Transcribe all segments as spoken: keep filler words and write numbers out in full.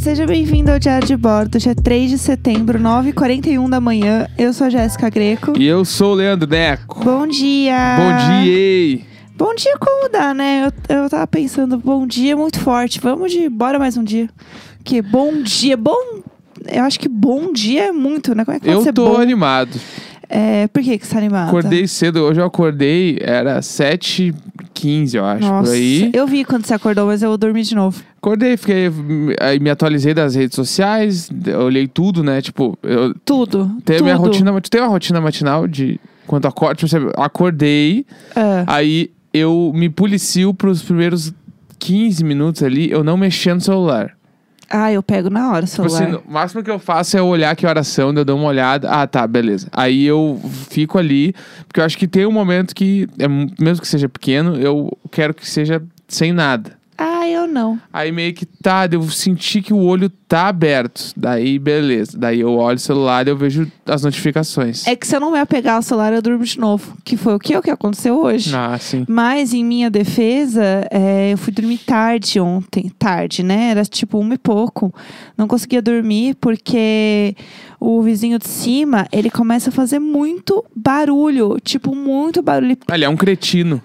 Seja bem-vindo ao Diário de Bordo, dia três de setembro, nove e quarenta e um da manhã. Eu sou a Jéssica Greco. E eu sou o Leandro Neco. Bom dia! Bom dia! Bom dia como dá, né? Eu, eu tava pensando, bom dia muito forte. Vamos de bora mais um dia. Que bom dia, bom... Eu acho que bom dia é muito, né? Como é que pode Eu ser tô bom? animado. É, por que que você tá animado? Acordei cedo. Hoje eu acordei, era sete e quinze, eu acho, Nossa, por aí. eu vi quando você acordou, mas eu dormi de novo. Acordei, fiquei... Aí me atualizei das redes sociais, olhei tudo, né? Tipo, eu... Tudo, Tem a tudo. minha rotina... Tu tem uma rotina matinal de... Quando eu acordo, tipo, você- acordei, Ah, aí eu me policio pros primeiros quinze minutos ali, eu não mexer no celular. ah, eu pego na hora o Tipo celular. assim, o máximo que eu faço é olhar que horas são, daí eu dou uma olhada. Ah, tá, beleza. Aí eu fico ali, porque eu acho que tem um momento que, é, mesmo que seja pequeno, eu quero que seja sem nada. Ah, eu não. Aí meio que tá, eu senti que o olho tá aberto. Daí, beleza. Daí eu olho o celular e eu vejo as notificações. É que se eu não me apegar ao celular, eu durmo de novo. Que foi o que, o que aconteceu hoje. Ah, sim. Mas, em minha defesa, é, eu fui dormir tarde ontem. Tarde, né? Era tipo uma e pouco. Não conseguia dormir porque o vizinho de cima, ele começa a fazer muito barulho. Tipo, muito barulho. Ele é um cretino.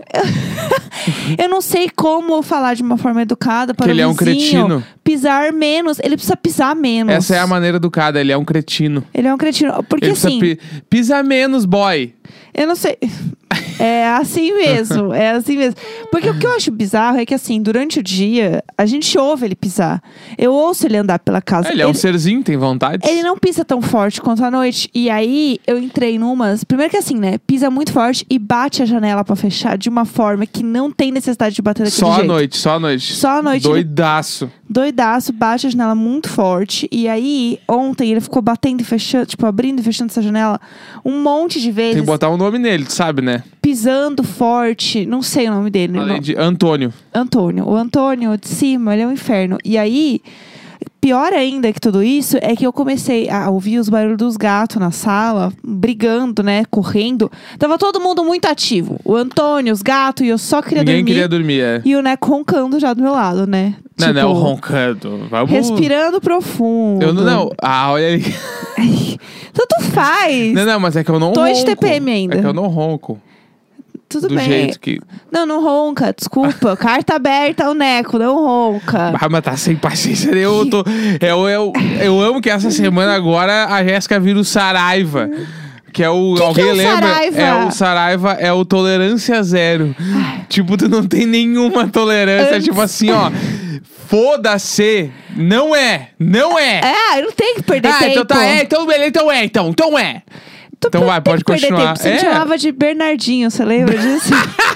Eu não sei como falar de uma forma educada para Que o ele é um vizinho cretino. pisar menos. Ele precisa pisar menos. Essa é a maneira educada, ele é um cretino. Ele é um cretino. Porque Ele assim... precisa pi- Pisa menos, boy. Eu não sei. É assim mesmo, é assim mesmo. Porque o que eu acho bizarro é que, assim, durante o dia, a gente ouve ele pisar. Eu ouço ele andar pela casa. Ele é um serzinho, tem vontade. Ele não pisa tão forte quanto à noite. E aí, eu entrei numas... Primeiro que assim, né? Pisa muito forte e bate a janela pra fechar de uma forma que não tem necessidade de bater daquele Só à jeito. noite, só à noite. Só à noite. Ele Doidaço. doidaço, bate a janela muito forte. E aí, ontem, ele ficou batendo e fechando, tipo, abrindo e fechando essa janela um monte de vezes. Tem que botar um nome nele, tu sabe, né? Pisando forte. Não sei o nome dele. Além não. de Antônio. Antônio. O Antônio de cima, ele é um inferno. E aí, pior ainda que tudo isso, é que eu comecei a ouvir os barulhos dos gatos na sala, brigando, né, correndo. Tava todo mundo muito ativo. O Antônio, os gatos, e eu só queria Ninguém dormir. queria dormir, é. E o Neco roncando já do meu lado, né? Não, Tipo, não, roncando. Vamos... respirando profundo. Eu não, não. Ah, olha aí. Tanto faz. Não, não, mas é que eu não Tô ronco. de T P M ainda. É que eu não ronco. Tudo do bem. jeito que... Não, não ronca, desculpa. Carta aberta, o Neco, não ronca. Ah, mas tá sem paciência. Eu, tô... eu, eu, eu amo que essa semana agora a Jéssica vira o Saraiva. Que é o... Que alguém que é o lembra? Saraiva? É o Saraiva, é o tolerância zero. Tipo, tu não tem nenhuma tolerância. Antes- Tipo assim, ó... Foda-se! Não é! Não é! É, não tem que perder ah, tempo. então tá, é, então beleza, então é, então, então é. Tu Então não vai, tem pode que perder continuar. tempo. Você É. me chamava de Bernardinho, você lembra disso?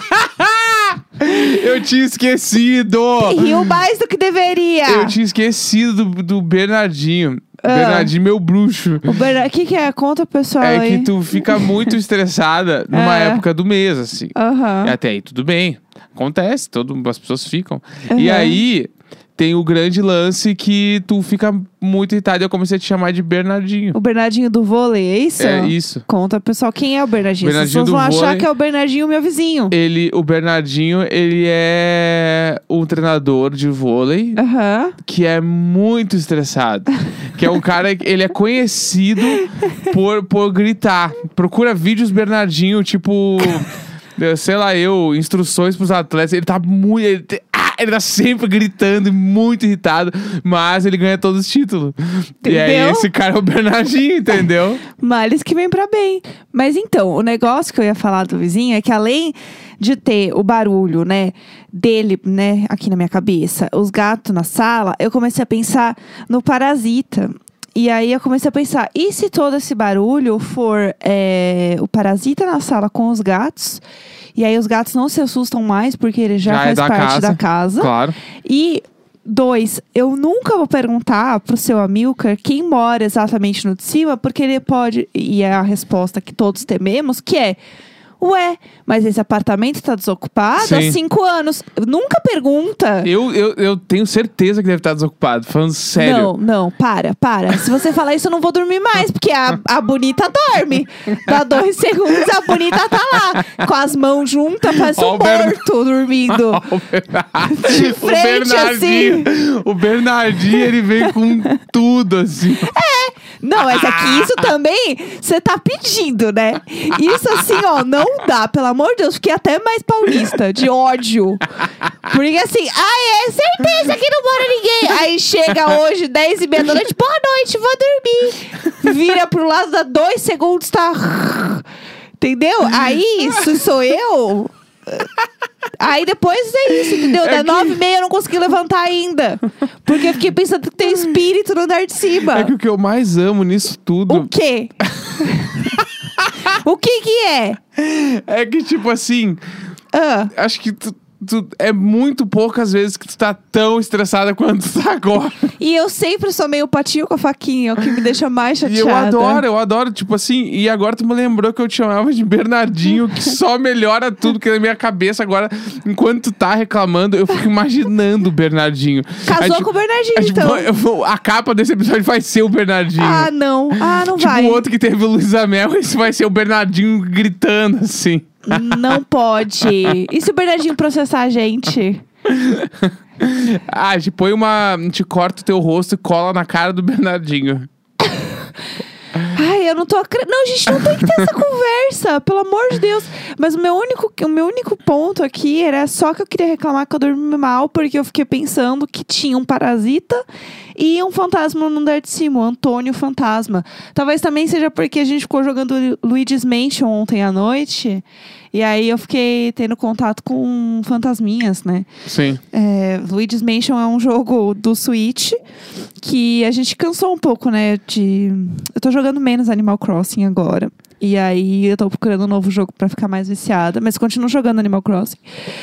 Eu tinha esquecido! Riu mais do que deveria. Eu tinha esquecido do, do Bernardinho. Ah. Bernardinho, meu bruxo. O Bernard... O que que é? Conta pro pessoal É aí. que tu fica muito estressada numa É. época do mês, assim. Aham. E até aí, tudo bem. Acontece, todo, as pessoas ficam. E Aham. aí, tem o grande lance que tu fica muito irritado. E eu comecei a te chamar de Bernardinho. O Bernardinho do vôlei, é isso? É isso. Conta pro pessoal quem é o Bernardinho. Bernardinho As pessoas vão do achar vôlei. que é o Bernardinho, meu vizinho. Ele, o Bernardinho, ele é um treinador de vôlei Aham. que é muito estressado. Que é um cara, ele é conhecido por, por gritar. Procura vídeos Bernardinho, tipo, sei lá eu, instruções pros atletas. Ele tá muito... Ele, te- ah, ele tá sempre gritando e muito irritado, mas ele ganha todos os títulos. E aí Entendeu? esse cara é o Bernardinho, entendeu? Males que vem pra bem. Mas então, o negócio que eu ia falar do vizinho é que além de ter o barulho, né, dele, né, aqui na minha cabeça, os gatos na sala, eu comecei a pensar no Parasita. E aí eu comecei a pensar, e se todo esse barulho for é, o Parasita na sala com os gatos? E aí os gatos não se assustam mais, porque ele já, Já é faz da parte casa. da casa. Claro. E dois, eu nunca vou perguntar pro seu Amilcar quem mora exatamente no de cima, porque ele pode, e é a resposta que todos tememos, que é Ué, mas esse apartamento tá desocupado Sim. há cinco anos. Nunca pergunta. Eu, eu, eu tenho certeza que deve estar desocupado. Falando sério. Não, não, para, para. Se você falar isso, eu não vou dormir mais, porque a, a bonita dorme. Dá dois segundos, a bonita tá lá, com as mãos juntas, parece Ó um o Bern- morto dormindo. O Bernard- De o frente, assim. Bernardinho, o Bernardinho, ele vem com tudo, assim. Não, mas é que isso também você tá pedindo, né? Isso assim, ó, não dá, pelo amor de Deus, fiquei até mais paulista, de ódio. Porque assim, ai, é certeza que não mora ninguém. Aí chega hoje, dez e meia da noite, boa noite, vou dormir. Vira pro lado, dá dois segundos, tá. Entendeu? Aí, isso sou eu. Aí depois é isso, entendeu? É Da que- nove e meia eu não consegui levantar ainda. Porque eu fiquei pensando que tem espírito no andar de cima. É que o que eu mais amo nisso tudo O quê? O que que é? é que, tipo assim, Ah, acho que tu, tu- é muito poucas vezes que tu tá tão estressada quanto tu tá agora. e eu sempre sou meio patinho com a faquinha, o que me deixa mais E chateada. eu adoro, eu adoro, tipo assim, e agora tu me lembrou que eu te chamava de Bernardinho, que só melhora tudo, que na minha cabeça agora, enquanto tu tá reclamando, eu fico imaginando o Bernardinho. Casou Aí, tipo, com o Bernardinho, é, tipo, então. eu vou- a capa desse episódio vai ser o Bernardinho. Ah, não. Ah, não tipo vai. o outro que teve o Luísa Mel, esse vai ser o Bernardinho gritando, assim. Não pode. E se o Bernardinho processar a gente? Ah, a gente põe uma... A gente corta o teu rosto e cola na cara do Bernardinho. Ai, eu não tô acreditando. Não, a gente não tem que ter essa conversa, pelo amor de Deus. Mas o meu único, o meu único ponto aqui era só que eu queria reclamar que eu dormi mal, porque eu fiquei pensando que tinha um parasita e um fantasma no andar de cima, o Antônio Fantasma. Talvez também seja porque a gente ficou jogando Luigi's Mansion ontem à noite. E aí eu fiquei tendo contato com fantasminhas, né? Sim. É, Luigi's Mansion é um jogo do Switch que a gente cansou um pouco, né? De... Eu tô jogando menos Animal Crossing agora. E aí eu tô procurando um novo jogo pra ficar mais viciada. Mas continuo jogando Animal Crossing.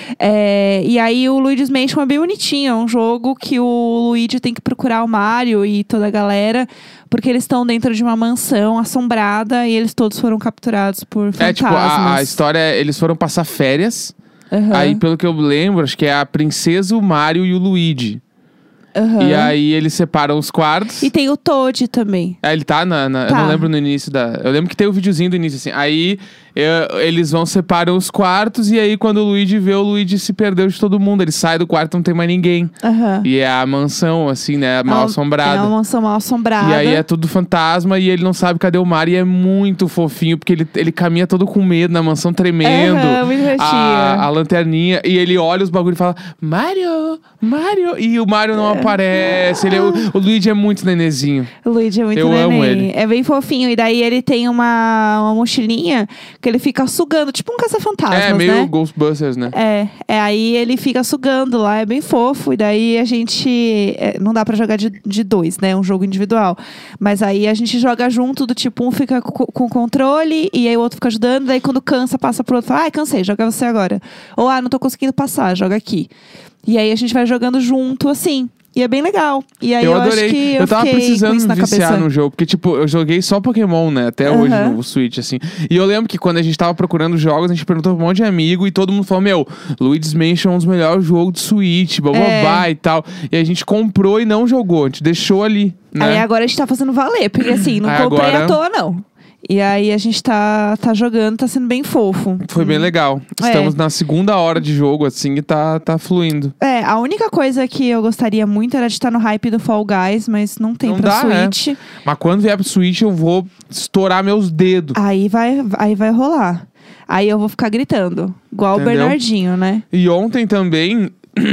É, e aí o Luigi's Mansion é bem bonitinho. É um jogo que o Luigi tem que procurar o Mario e toda a galera. Porque eles estão dentro de uma mansão assombrada. E eles todos foram capturados por fantasmas. É, tipo, a, a história é... Eles foram passar férias. Uhum. Aí, pelo que eu lembro, acho que é a princesa, o Mario e o Luigi. Uhum. E aí eles separam os quartos. E tem o Toad também. Aí ele tá na... na- Eu Tá. não lembro no início da... Eu lembro que tem o videozinho do início, assim. Aí eu- eles vão, separam os quartos. E aí quando o Luigi vê, o Luigi se perdeu de todo mundo. Ele sai do quarto, não tem mais ninguém. Aham. E é a mansão, assim, né? Mal É assombrada. uma mansão mal assombrada. E aí é tudo fantasma e ele não sabe cadê o Mario. E é muito fofinho, porque ele, ele caminha todo com medo na mansão, tremendo. Aham, muito bonitinho. a, a lanterninha. E ele olha os bagulhos e fala, Mario, Mario. E o Mario não aparece. Ele é, o, o Luigi é muito nenezinho. O Luigi é muito Eu neném. amo ele. É bem fofinho. E daí ele tem uma, uma mochilinha que ele fica sugando, tipo um caça-fantasmas, é, meio né? Ghostbusters, né? É, é, aí ele fica sugando lá, é bem fofo. E daí a gente... é, não dá pra jogar de, de dois, né? É um jogo individual. Mas aí a gente joga junto, do tipo, um fica co- com o controle e aí o outro fica ajudando. Daí quando cansa, passa pro outro. Fala, ai, cansei, joga você agora. Ou, ah, não tô conseguindo passar, joga aqui. E aí a gente vai jogando junto, assim. E é bem legal. E aí eu, eu adorei. acho que eu, eu tava fiquei precisando com isso me na viciar cabeça. no jogo. Porque, tipo, eu joguei só Pokémon, né? Até hoje Aham. no Switch, assim. E eu lembro que quando a gente tava procurando jogos, a gente perguntou pra um monte de amigo e todo mundo falou: Meu, Luigi's Mansion é um dos melhores jogos de Switch, blá blá É. blá e tal. E a gente comprou e não jogou. A gente deixou ali, né? Aí agora a gente tá fazendo valer, porque assim, não Aí comprei agora- à toa, não. E aí a gente tá, tá jogando, tá sendo bem fofo. Foi bem legal. É. Estamos na segunda hora de jogo, assim, e tá, tá fluindo. É, a única coisa que eu gostaria muito era de estar no hype do Fall Guys, mas não tem Não pra dá, Switch. Mas quando vier pro Switch, eu vou estourar meus dedos. Aí vai, aí vai rolar. Aí eu vou ficar gritando, igual Entendeu? o Bernardinho, né? E ontem também,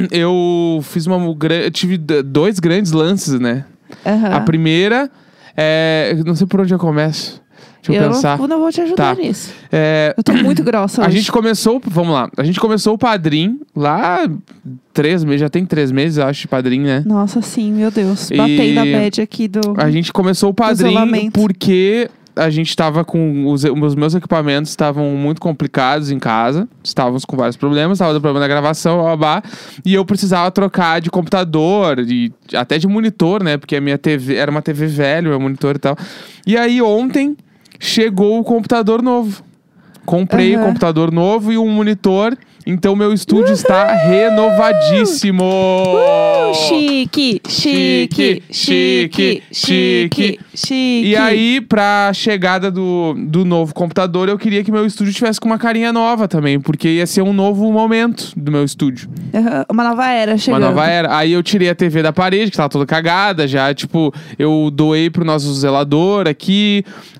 eu fiz uma... gra- Eu tive d- dois grandes lances, né? Aham. A primeira, é... Não sei por onde eu começo. Deixa eu, eu pensar. não, não vou te ajudar Tá. nisso. É, Eu tô muito grossa a hoje. gente começou... Vamos lá. A gente começou o Padrim lá... Três meses, já tem três meses, eu acho, de Padrim, né? Nossa, sim, meu Deus. E- Batei na bad aqui do... A gente começou o Padrim Isolamento. porque a gente tava com... Os, os meus equipamentos estavam muito complicados em casa. Estávamos com vários problemas. Estava dando problema na gravação, blá, blá, blá, e eu precisava trocar de computador e até de monitor, né? Porque a minha T V... Era uma T V velha, meu monitor e tal. E aí, ontem, chegou o computador novo. Comprei um Aham. computador novo e um monitor. Então, meu estúdio está renovadíssimo! Uh, chique, chique, Chique, chique, chique, chique. E aí, pra chegada do, do novo computador, eu queria que meu estúdio tivesse com uma carinha nova também. Porque ia ser um novo momento do meu estúdio. Uhum, uma nova era chegando. Uma nova era. Aí eu tirei a T V da parede, que tava toda cagada já. Tipo, eu doei pro nosso zelador aqui.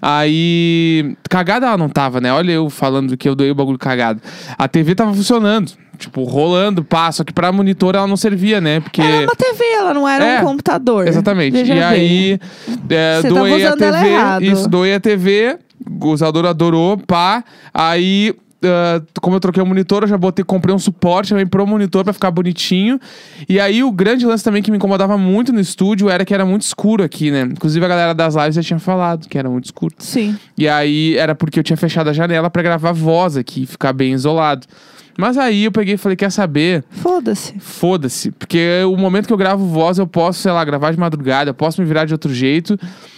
Aí... Cagada ela não tava, né? Olha eu falando que eu doei o bagulho cagado. A T V tava funcionando. Tipo, rolando, pá. Só que pra monitor ela não servia, né? Porque... Era uma T V, ela não era É, um computador. Exatamente. Veja e bem. aí, é, Você tava doei a usando ela T V. errado. Isso, doei a T V. O zelador adorou, pá. Aí... Uh, como eu troquei o monitor, eu já botei, comprei um suporte também pro monitor pra ficar bonitinho. E aí, o grande lance também que me incomodava muito no estúdio era que era muito escuro aqui, né? Inclusive, a galera das lives já tinha falado que era muito escuro. Sim. E aí, era porque eu tinha fechado a janela pra gravar voz aqui, ficar bem isolado. Mas aí, eu peguei e falei, quer saber? Foda-se. Foda-se. Porque o momento que eu gravo voz, eu posso, sei lá, gravar de madrugada, eu posso me virar de outro jeito.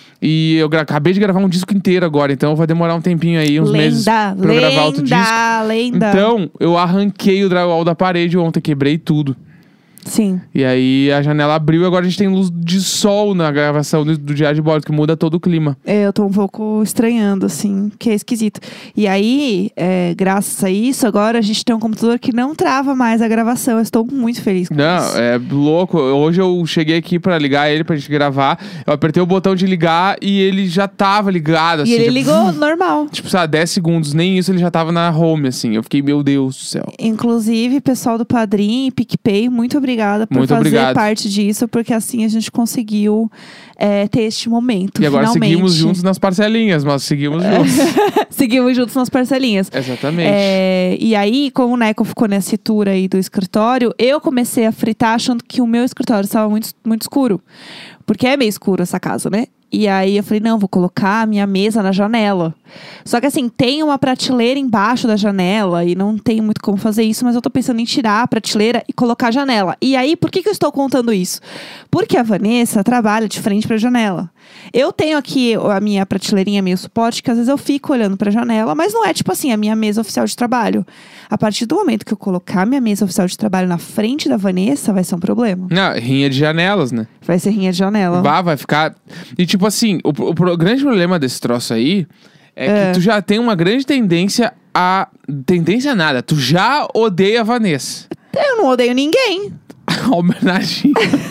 E eu gra- acabei de gravar um disco inteiro agora, então vai demorar um tempinho aí, uns lenda, meses pra eu lenda, gravar outro disco. lenda. Então, eu arranquei o drywall da parede ontem, quebrei tudo. Sim. E aí a janela abriu e agora a gente tem luz de sol na gravação do, do Diário de Bordo, que muda todo o clima. É, eu tô um pouco estranhando, assim, que é esquisito. E aí, é, graças a isso, agora a gente tem um computador que não trava mais a gravação. Eu estou muito feliz com Não, isso. é louco. Hoje eu cheguei aqui pra ligar ele, pra gente gravar. Eu apertei o botão de ligar e ele já tava ligado, assim. E ele já- ligou normal. Tipo, sabe, dez segundos, nem isso ele já tava na home, assim. Eu fiquei, meu Deus do céu. Inclusive, pessoal do Padrim e PicPay, muito obrigada por Muito fazer obrigado. parte disso, porque assim a gente conseguiu é, ter este momento, E agora finalmente. seguimos juntos nas parcelinhas, mas seguimos juntos. Seguimos juntos nas parcelinhas. Exatamente. É, e aí, como o Neco ficou nessa tour aí do escritório, eu comecei a fritar achando que o meu escritório estava muito, muito escuro. Porque é meio escuro essa casa, né? E aí eu falei, não, vou colocar a minha mesa na janela. Só que assim, tem uma prateleira embaixo da janela e não tem muito como fazer isso, mas eu tô pensando em tirar a prateleira e colocar a janela. E aí, por que que eu estou contando isso? Porque a Vanessa trabalha de frente pra janela. Eu tenho aqui a minha prateleirinha meio suporte, que às vezes eu fico olhando pra janela, mas não é tipo assim, a minha mesa oficial de trabalho. A partir do momento que eu colocar a minha mesa oficial de trabalho na frente da Vanessa, vai ser um problema. Não, rinha de janelas, né? Vai ser rinha de janela. Vai, vai ficar... E tipo assim, o, o pro- grande problema desse troço aí é, É. que tu já tem uma grande tendência a... Tendência nada, tu já odeia a Vanessa. Eu não odeio ninguém. Ó, o Bernardinho.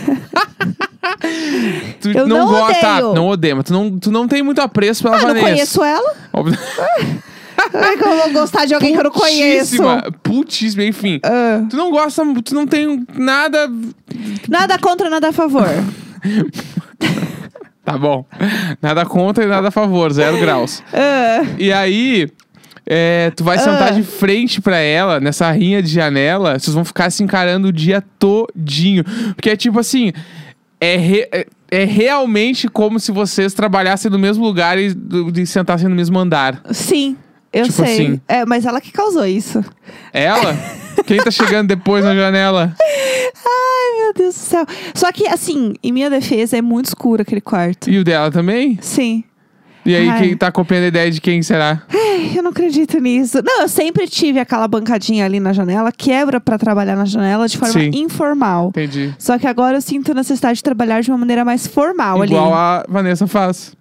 tu Eu não não gosta, tá, odeio. não odeia, mas tu não, tu não tem muito apreço pela Ah, não Vanessa. conheço ela. Ó, Como é que eu vou gostar de alguém que eu não conheço? Putíssima, putíssima, enfim. Ah. Tu não gosta, tu não tem nada... Nada contra, nada a favor. Tá bom. Nada contra e nada a favor, zero graus. Ah. E aí, é, tu vai sentar de frente pra ela, nessa rinha de janela, vocês vão ficar se encarando o dia todinho. Porque é tipo assim, é, re- é, é realmente como se vocês trabalhassem no mesmo lugar e, do- e sentassem no mesmo andar. Sim, eu Tipo sei. assim. É, mas ela que causou isso. Ela? Quem tá chegando depois na janela? Ai, meu Deus do céu. Só que, assim, em minha defesa, é muito escuro aquele quarto. E o dela também? Sim. E aí, Ai. quem tá copiando a ideia de quem será? Ai, eu não acredito nisso. Não, eu sempre tive aquela bancadinha ali na janela, quebra pra trabalhar na janela de forma Sim. informal. Entendi. Só que agora eu sinto a necessidade de trabalhar de uma maneira mais formal Igual ali. a Vanessa faz.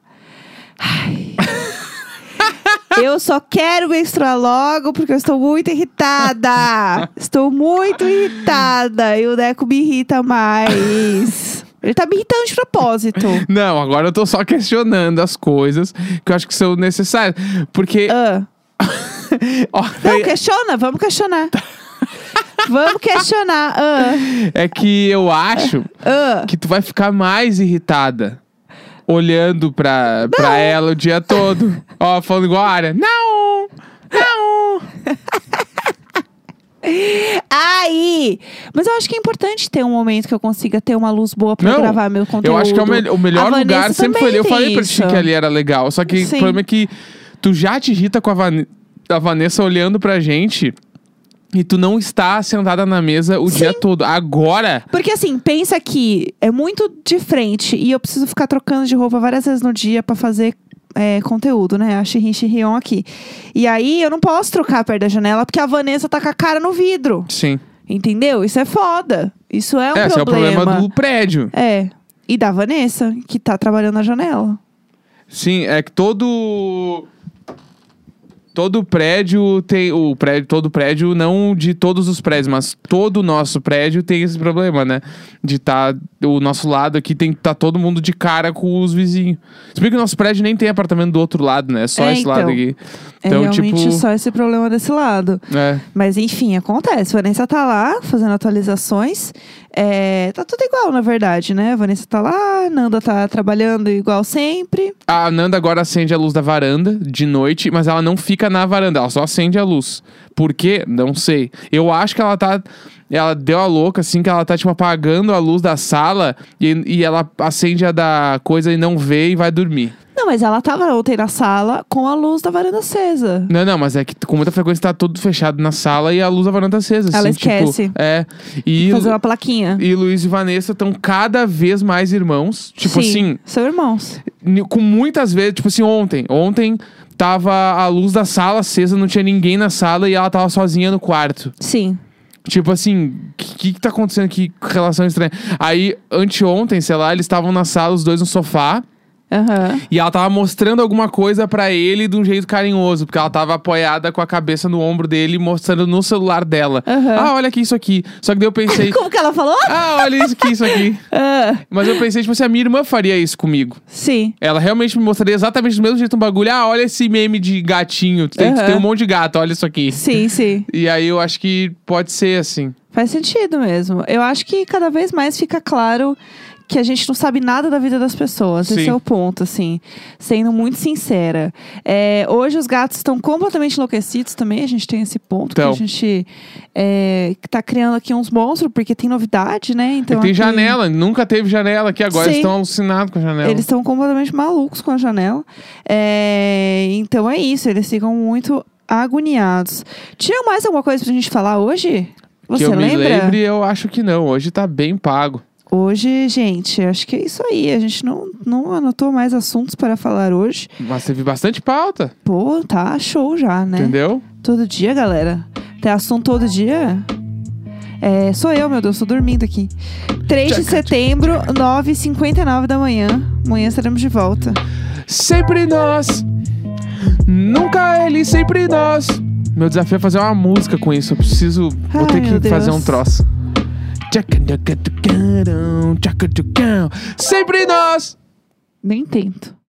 Eu só quero menstruar logo porque eu estou muito irritada. Estou muito irritada. E o Deco me irrita mais. Ele tá me irritando de propósito. Não, agora eu tô só questionando as coisas que eu acho que são necessárias. Porque. Ah. ó, Não, questiona, vamos questionar. Vamos questionar. Ah. é que eu acho Ah. que tu vai ficar mais irritada olhando pra, pra ela o dia todo. Ó, falando igual a área. Não! Não! Aí! Mas eu acho que é importante ter um momento que eu consiga ter uma luz boa pra Não, gravar meu conteúdo. Eu acho que é o, me- o melhor A lugar Vanessa sempre foi ali. Eu também falei pra tem ti isso. que ali era legal. Só que Sim. o problema é que tu já te irrita com a, Van- a Vanessa olhando pra gente. E tu não está sentada na mesa o dia todo. Agora, Porque assim, pensa que é muito de frente e eu preciso ficar trocando de roupa várias vezes no dia pra fazer é, conteúdo, né? A Chirin Chirion aqui. E aí, eu não posso trocar perto da janela, porque a Vanessa tá com a cara no vidro. Sim. Entendeu? Isso é foda. Isso é um é, problema. Esse é o problema do prédio. É. E da Vanessa, que tá trabalhando na janela. Sim, é que todo... Todo prédio tem... O prédio, todo prédio, não de todos os prédios, mas todo o nosso prédio tem esse problema, né? De tá... O nosso lado aqui tem que tá todo mundo de cara com os vizinhos. Se bem que o nosso prédio nem tem apartamento do outro lado, né? É só É, esse então. lado aqui. É Então, realmente tipo... só esse problema desse lado. É. Mas enfim, acontece. A Vanessa tá lá, fazendo atualizações. É, tá tudo igual, na verdade, né? A Vanessa tá lá, a Nanda tá trabalhando igual sempre. A Nanda agora acende a luz da varanda de noite, mas ela não fica na varanda, ela só acende a luz. Por quê? Não sei. Eu acho que ela tá... Ela deu a louca, assim, que ela tá, tipo, apagando a luz da sala e, e ela acende a da coisa e não vê e vai dormir. Não, mas ela tava ontem na sala com a luz da varanda acesa. Não, não, mas é que com muita frequência tá tudo fechado na sala e a luz da varanda acesa. Ela assim, esquece. Tipo, é. E, Fazer uma plaquinha. e Luiz e Vanessa estão cada vez mais irmãos. Tipo Sim, assim, são irmãos. com muitas vezes, tipo assim, ontem. Ontem tava a luz da sala acesa, não tinha ninguém na sala e ela tava sozinha no quarto. Sim. Tipo assim, o que, que tá acontecendo aqui? Relação estranha. Aí, anteontem, sei lá, eles estavam na sala, os dois no sofá. Aham. E ela tava mostrando alguma coisa pra ele de um jeito carinhoso. Porque ela tava apoiada com a cabeça no ombro dele, mostrando no celular dela. Aham. Ah, olha aqui isso aqui. Só que daí eu pensei... Como que ela falou? ah, olha isso aqui, isso aqui. Ah, Mas eu pensei, tipo assim, a minha irmã faria isso comigo. sim. Ela realmente me mostraria exatamente do mesmo jeito um bagulho. Ah, olha esse meme de gatinho. Tu tem, tu Aham. tem um monte de gato, olha isso aqui. Sim, sim. E aí eu acho que pode ser assim. Faz sentido mesmo. Eu acho que cada vez mais fica claro que a gente não sabe nada da vida das pessoas. Sim. Esse é o ponto, assim. Sendo muito sincera. É, hoje os gatos estão completamente enlouquecidos também. A gente tem esse ponto Então. que a gente é, tá criando aqui uns monstros, porque tem novidade, né? Então, E tem aqui, janela, nunca teve janela aqui agora. Sim. Eles estão alucinados com a janela. Eles estão completamente malucos com a janela. É, então é isso, eles ficam muito agoniados. Tinha mais alguma coisa pra gente falar hoje? Você que eu lembra? me lembre, eu acho que não. Hoje tá bem pago. Hoje, gente, acho que é isso aí. A gente não, não anotou mais assuntos para falar hoje. Mas teve bastante pauta, Pô, tá show já, né? entendeu? Todo dia, galera. Tem assunto todo dia? É, sou eu, meu Deus, tô dormindo aqui. três de setembro, nove e cinquenta e nove da manhã. Amanhã estaremos de volta. Sempre nós, nunca ele, sempre nós. Meu desafio é fazer uma música com isso. Eu preciso, vou Ai, ter meu que fazer Deus. um troço. Sempre nós. Nem tento.